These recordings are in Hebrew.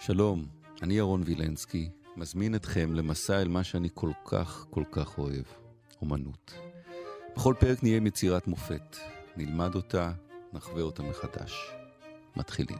שלום, אני ירון וילנסקי, מזמין אתכם למסע אל מה שאני כל כך אוהב, אומנות. בכל פרק נהיה יצירת מופת, נלמד אותה, נחווה אותה מחדש. מתחילים.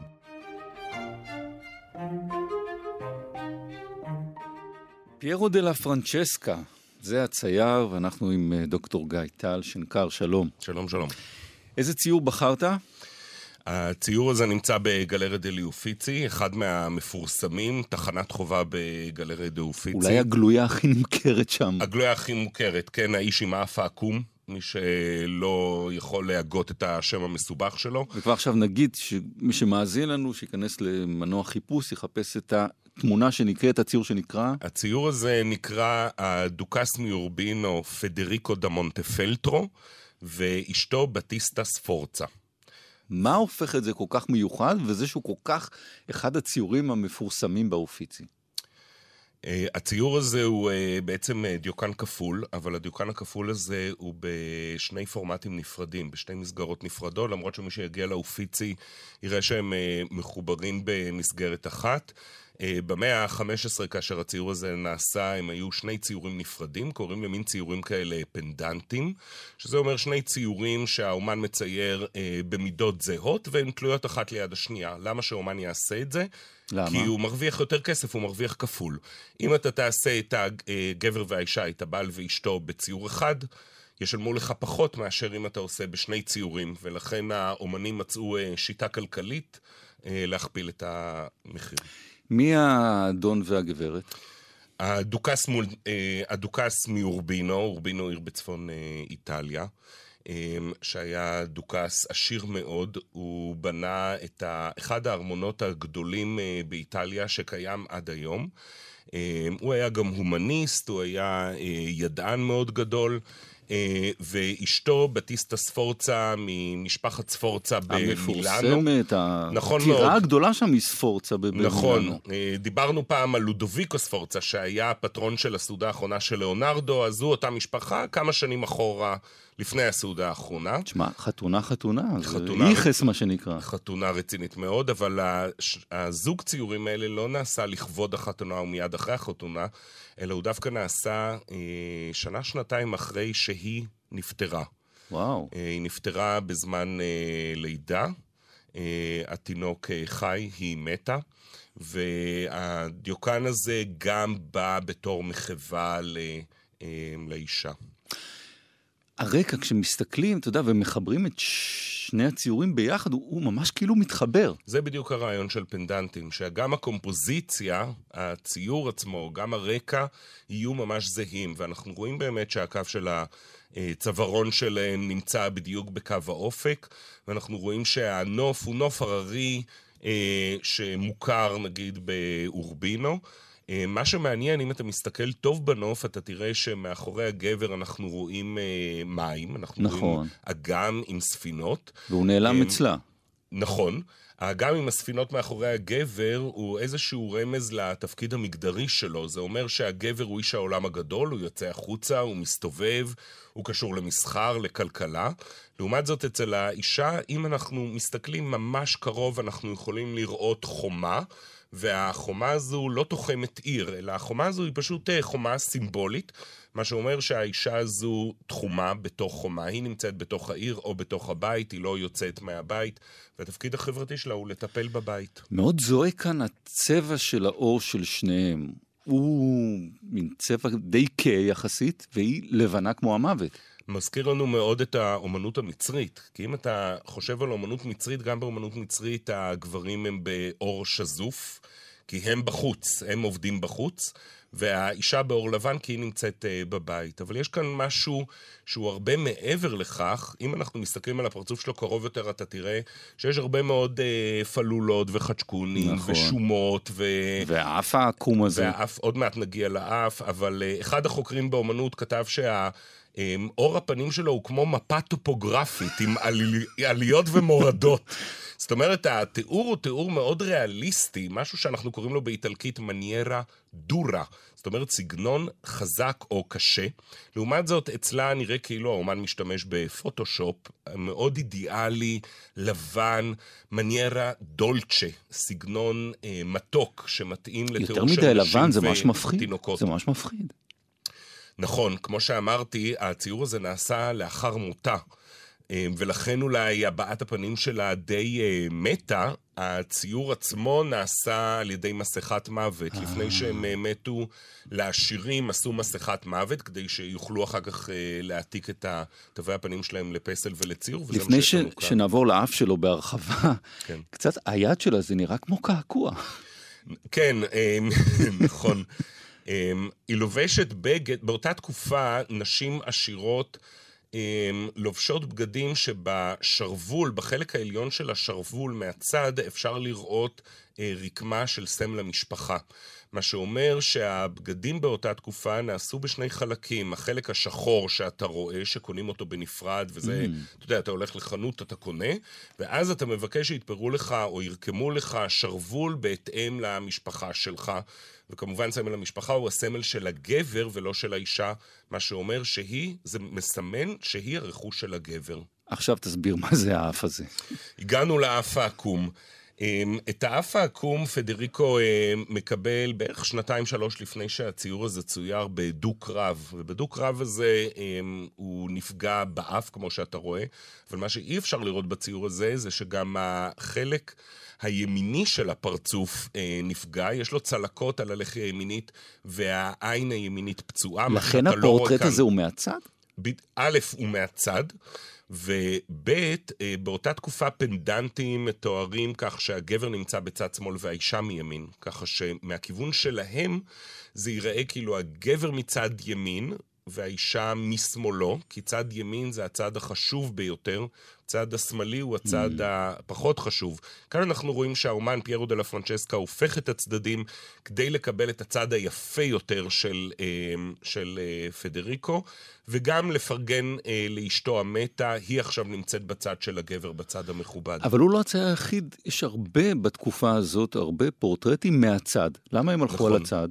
פיירו דלה פרנצ'סקה, זה הצייר, ואנחנו עם דוקטור גיא טל שנקר, שלום. שלום, שלום. איזה ציור בחרת? הציור הזה נמצא בגלריה דלי אופיצי, אחד מהמפורסמים, תחנת חובה בגלריה דלי אופיצי. אולי הגלויה הכי נמכרת שם. הגלויה הכי מוכרת, כן, האיש עם האף העקום, מי שלא יכול להגות את השם המסובך שלו. וכבר עכשיו נגיד שמי שמאזין לנו, שיכנס למנוע חיפוש, יחפש את התמונה שנקראת, הציור שנקרא. הציור הזה נקרא הדוכס מיורבינו פדריקו דה מונטפלטרו, ואשתו בטיסטה ספורצה. מה הופך את זה כל כך מיוחד, וזה שהוא כל כך אחד הציורים המפורסמים באופיצי? הציור הזה הוא בעצם דיוקן כפול, אבל הדיוקן הכפול הזה הוא בשני פורמטים נפרדים, בשתי מסגרות נפרדות, למרות שמי שיגיע לאופיצי יראה שהם מחוברים במסגרת אחת. במאה ה-15, כאשר הציור הזה נעשה, הם היו שני ציורים נפרדים, קוראים למין ציורים כאלה פנדנטים, שזה אומר שני ציורים שהאומן מצייר במידות זהות, והן תלויות אחת ליד השנייה. למה שהאומן יעשה את זה? למה? כי הוא מרוויח יותר כסף, הוא מרוויח כפול. אם אתה תעשה את הגבר והאישה, את הבעל ואשתו בציור אחד, ישלמו לך פחות מאשר אם אתה עושה בשני ציורים, ולכן האומנים מצאו שיטה כלכלית להכפיל את המחיר. מי האדון והגברת? הדוכס מאורבינו, אורבינו עיר בצפון איטליה, שהיה דוכס עשיר מאוד. הוא בנה את אחד הארמונות הגדולים באיטליה שקיים עד היום. הוא היה גם הומניסט, הוא היה ידען מאוד גדול, ואשתו בטיסטה ספורצה ממשפחת ספורצה במילאנו. המפורסמת, הטירה הגדולה שם היא ספורצה במילאנו. נכון, דיברנו פעם על לודוביקו ספורצה שהיה הפטרון של הסעודה האחרונה של ליאונרדו, אז זו אותה משפחה כמה שנים אחורה לפני הסעודה האחרונה. תשמע, חתונה, איחס מה שנקרא. חתונה רצינית מאוד, אבל הזוג ציורים האלה לא נעשה לכבוד החתונה ומיד אחרי החתונה, אלא הוא דווקא נעשה שנה-שנתיים אחרי שהיא נפטרה. וואו. היא נפטרה בזמן לידה, התינוק חי, היא מתה, והדיוקן הזה גם בא בתור מחווה לאישה. הרקע, כשמסתכלים, אתה יודע, ומחברים את שני הציורים ביחד, הוא ממש כאילו מתחבר. זה בדיוק הרעיון של פנדנטים, שגם הקומפוזיציה, הציור עצמו, גם הרקע, יהיו ממש זהים, ואנחנו רואים באמת שהקו של הצווארון שלהם נמצא בדיוק בקו האופק, ואנחנו רואים שהנוף הוא נוף הררי שמוכר נגיד באורבינו. מה שמעניין, אם אתה מסתכל טוב בנוף, אתה תראה שמאחורי הגבר אנחנו רואים מים, אנחנו רואים אגם עם ספינות. והוא נעלם אצלה. נכון. האגם עם הספינות מאחורי הגבר הוא איזשהו רמז לתפקיד המגדרי שלו. זה אומר שהגבר הוא איש העולם הגדול, הוא יוצא החוצה, הוא מסתובב, הוא קשור למסחר, לכלכלה. לעומת זאת, אצל האישה, אם אנחנו מסתכלים ממש קרוב, אנחנו יכולים לראות חומה, והחומה הזו לא תוחמת עיר, אלא החומה הזו היא פשוט חומה סימבולית, מה שאומר שהאישה הזו תחומה בתוך חומה, היא נמצאת בתוך העיר או בתוך הבית, היא לא יוצאת מהבית, והתפקיד החברתי שלה הוא לטפל בבית. מאוד זוהה כאן הצבע של האור של שניהם, הוא מין צבע די קהה יחסית, והיא לבנה כמו המוות. מזכיר לנו מאוד את האומנות המצרית, כי אם אתה חושב על אומנות מצרית, גם באומנות מצרית הגברים הם באור שזוף, כי הם בחוץ, הם עובדים בחוץ, והאישה באור לבן כי היא נמצאת בבית. אבל יש כאן משהו שהוא הרבה מעבר לכך. אם אנחנו מסתכלים על הפרצוף שלו קרוב יותר, אתה תראה שיש הרבה מאוד פלולות וחצ'קונים, נכון. ושומות. והאף העקום הזה. והאף, עוד מעט נגיע לאף, אבל אחד החוקרים באומנות כתב אור הפנים שלו הוא כמו מפה טופוגרפית, עם עליות ומורדות. זאת אומרת, התיאור הוא תיאור מאוד ריאליסטי, משהו שאנחנו קוראים לו באיטלקית מניירה דורה. זאת אומרת, סגנון חזק או קשה. לעומת זאת, אצלה נראה כאילו האומן משתמש בפוטושופ, מאוד אידיאלי, לבן, מניירה דולצ'ה, סגנון מתוק שמתאים לתיאור של יותר מדי לבן, זה ממש מפחיד. זה ממש מפחיד. נכון, כמו שאמרתי, הציור הזה נעשה לאחר מותה, ולכן אולי הבעת הפנים שלה די מתה. הציור עצמו נעשה על ידי מסכת מוות. לפני שהם מתו, לעשירים עשו מסכת מוות, כדי שיוכלו אחר כך להעתיק את תווי הפנים שלהם לפסל ולציור. לפני שנעבור לאף שלו בהרחבה, קצת היד שלה זה נראה כמו קעקוע. כן, נכון. היא לובשת בגד, באותה תקופה נשים עשירות לובשות בגדים שבשרוול, בחלק העליון של השרוול מהצד, אפשר לראות רקמה של סמל המשפחה. מה שאומר שהבגדים באותה תקופה נעשו בשני חלקים. החלק השחור שאתה רואה, שקונים אותו בנפרד, וזה, אתה יודע, אתה הולך לחנות, אתה קונה, ואז אתה מבקש שיתפרו לך או ירקמו לך שרוול בהתאם למשפחה שלך. וכמובן סמל המשפחה הוא הסמל של הגבר ולא של האישה, מה שאומר זה מסמן שהיא הרכוש של הגבר. עכשיו תסביר מה זה האף הזה. הגענו לאף העקום. את האף העקום פדריקו מקבל בערך 2-3 לפני שהציור הזה צויר בדוק רב, ובדוק רב הזה הוא נפגע באף כמו שאתה רואה, אבל מה שאי אפשר לראות בציור הזה זה שגם החלק הימיני של הפרצוף נפגע, יש לו צלקות על הלחי הימינית והעין הימינית פצועה. לכן הפורטרט הזה הוא מהצד? א', הוא מהצד, וב', באותה תקופה פנדנטים מתוארים כך שהגבר נמצא בצד שמאל והאישה מימין, ככה שמהכיוון שלהם זה ייראה כאילו הגבר מצד ימין והאישה משמאלו, כי צד ימין זה הצד החשוב ביותר, הצד השמאלי הוא הצד הפחות חשוב. כאן אנחנו רואים שהאומן פיירו דה לה פרנצ'סקה הופך את הצדדים כדי לקבל את הצד היפה יותר של פדריקו, וגם לפרגן לאשתו המתה, היא עכשיו נמצאת בצד של הגבר, בצד המכובד. אבל הוא לא הצד היחיד, יש הרבה בתקופה הזאת, הרבה פורטרטים מהצד. למה הם הלכו על הצד?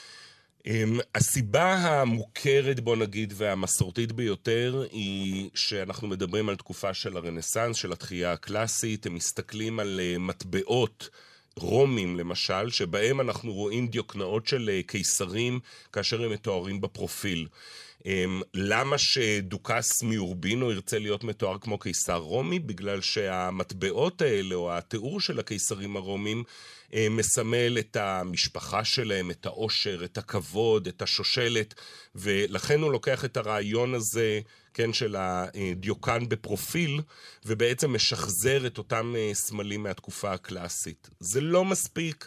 הסיבה המוכרת, בוא נגיד, והמסורתית ביותר היא שאנחנו מדברים על תקופה של הרנסנס, של התחייה הקלאסית. הם מסתכלים על מטבעות רומים למשל, שבהם אנחנו רואים דיוקנאות של קיסרים כאשר הם מתוארים בפרופיל. למה שדוכס מאורבינו ירצה להיות מתואר כמו קיסר רומי? בגלל שהמטבעות האלה או התיאור של הקיסרים הרומים מסמל את המשפחה שלהם, את העושר, את הכבוד, את השושלת, ולכן הוא לוקח את הרעיון הזה, כן, של הדיוקן בפרופיל, ובעצם משחזר את אותם סמלים מהתקופה הקלאסית. זה לא מספיק,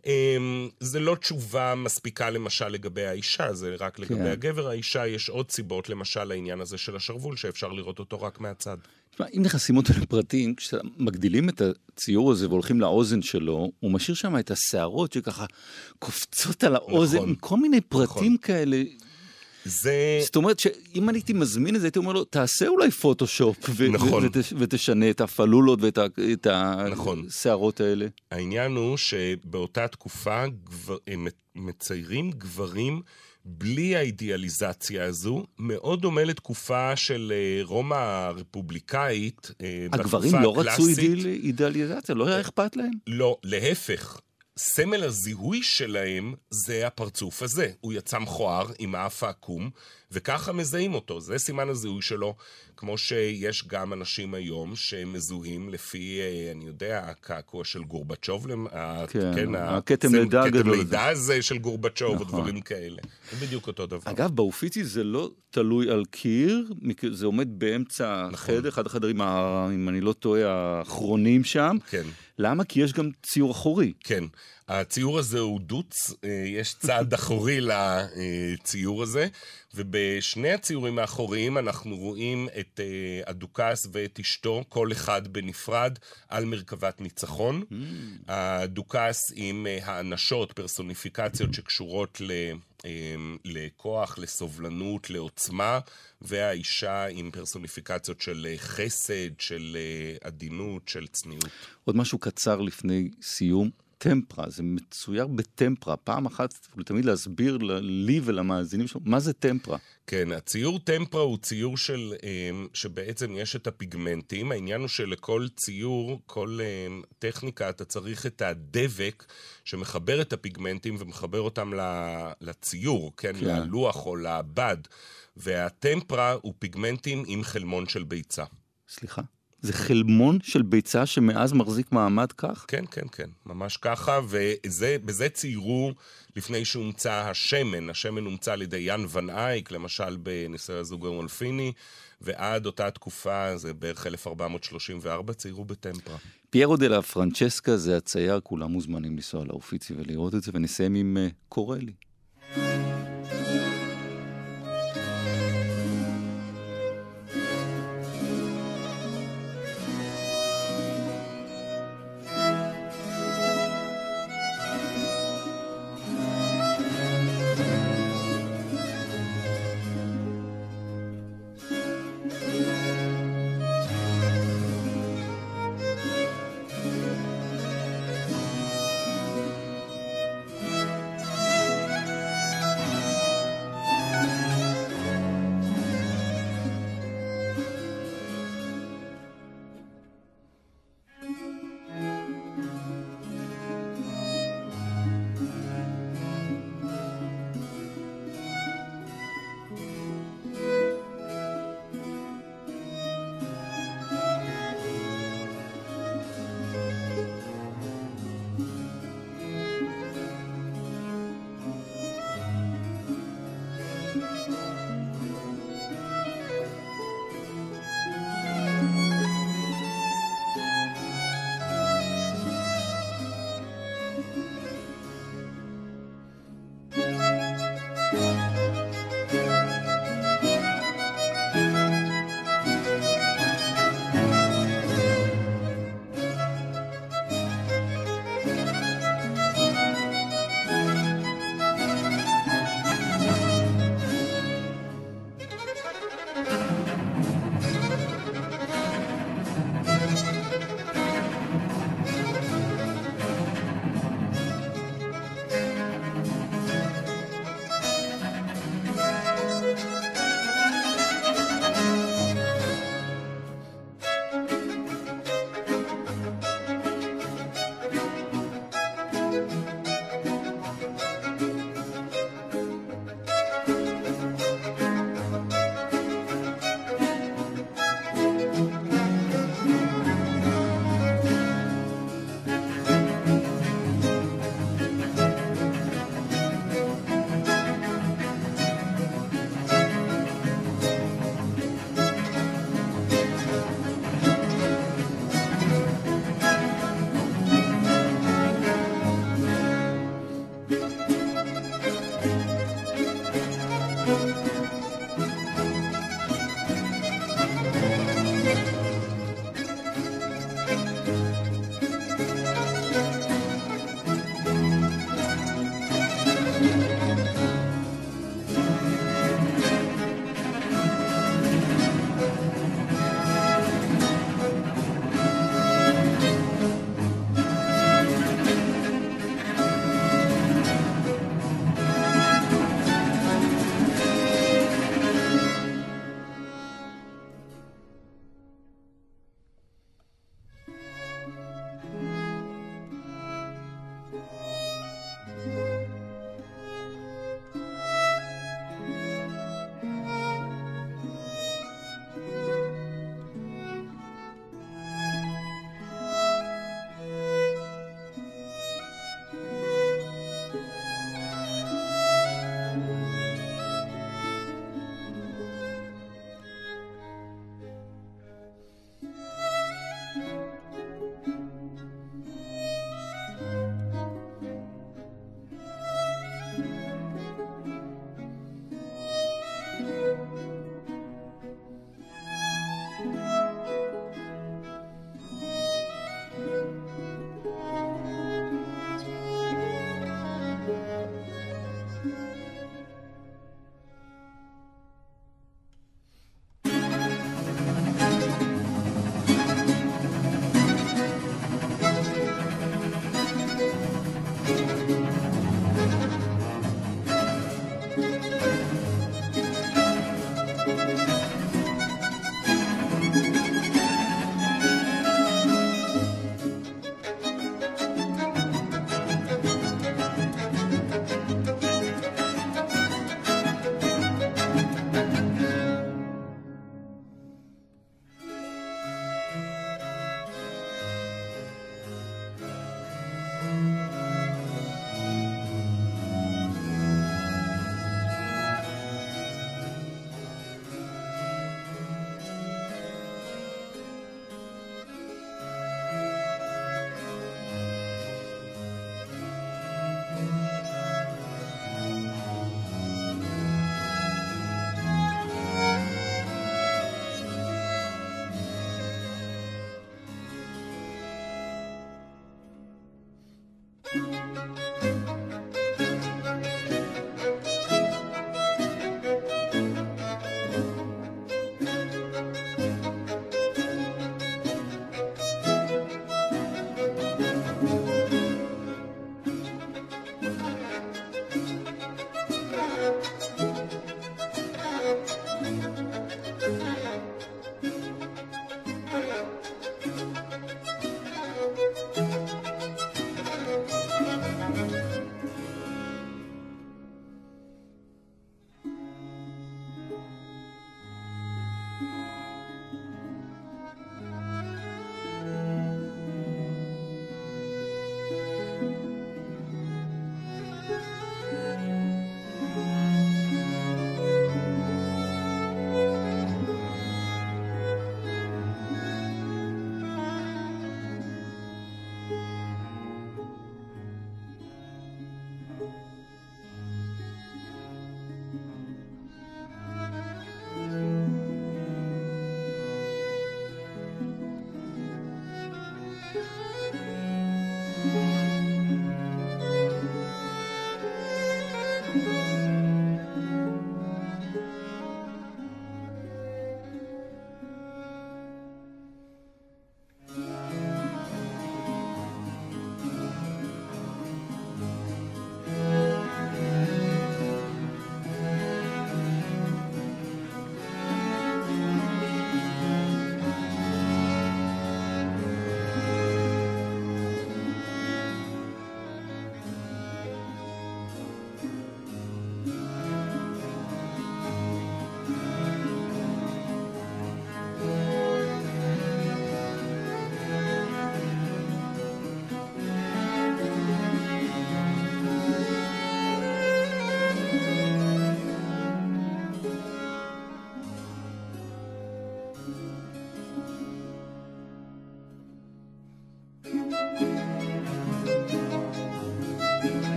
זה לא תשובה מספיקה למשל לגבי האישה, זה רק לגבי הגבר. האישה יש עוד סיבות, למשל לעניין הזה של השרוול, שאפשר לראות אותו רק מהצד. אם נכנסים אותו לפרטים, כשמגדילים את הציור הזה והולכים לאוזן שלו, הוא משאיר שם את השערות שככה קופצות על האוזן, עם כל מיני פרטים כאלה. זאת אומרת שאם אני הייתי מזמין את זה, הייתי אומר לו, תעשה אולי פוטושופ, ותשנה את הפלולות ואת השערות האלה. העניין הוא שבאותה תקופה הם מציירים גברים בלי האידיאליזציה הזו, מאוד דומה לתקופה של רומא הרפובליקאית. הגברים לא רצו אידיאליזציה, לא היה אכפת להם? לא, להפך. סמל הזיהוי שלהם זה הפרצוף הזה. הוא יצא מכוער עם האף העקום, וככה מזהים אותו. זה סימן הזיהוי שלו, כמו שיש גם אנשים היום שמזוהים לפי, אני יודע, הקעקוע של גורבצ'וב, כן, הכתם לידה הזה של גורבצ'וב, ודברים כאלה. זה בדיוק אותו דבר. אגב, באופיצי זה לא תלוי על קיר, זה עומד באמצע החדר, אחד החדרים, אם אני לא טועה, האחרונים שם. כן. למה? כי יש גם ציור אחורי. כן. הציור הזה הוא דוץ, יש צד אחורי לציור הזה, ובשני הציורים האחוריים אנחנו רואים את הדוכס ואת אשתו, כל אחד בנפרד, על מרכבת ניצחון. הדוכס עם האנשות, פרסוניפיקציות שקשורות לכוח, לסובלנות, לעוצמה, והאישה עם פרסוניפיקציות של חסד, של עדינות, של צניעות. עוד משהו קצר לפני סיום. טמפרה, זה מצויר בטמפרה. פעם אחת תמיד להסביר לי ולמאזינים שלו, מה זה טמפרה? כן, הציור טמפרה הוא ציור שבעצם יש את הפיגמנטים. העניין הוא שלכל ציור, כל טכניקה, אתה צריך את הדבק שמחבר את הפיגמנטים ומחבר אותם לציור, כן? ללוח או לבד. והטמפרה הוא פיגמנטים עם חלמון של ביצה. סליחה? זה חלמון של ביצה שמאז מחזיק מעמד כך? כן, כן, כן, ממש ככה, ובזה ציירו לפני שהומצא השמן. השמן הומצא על ידי יאן ון אייק, למשל בניסוי הזוג המולפיני, ועד אותה תקופה, זה בערך 1434, ציירו בטמפרה. פיירו דה לה פרנצ'סקה זה הצייר, כולם מוזמנים לנסוע לאופיצי ולראות את זה, ונסיים עם קורלי.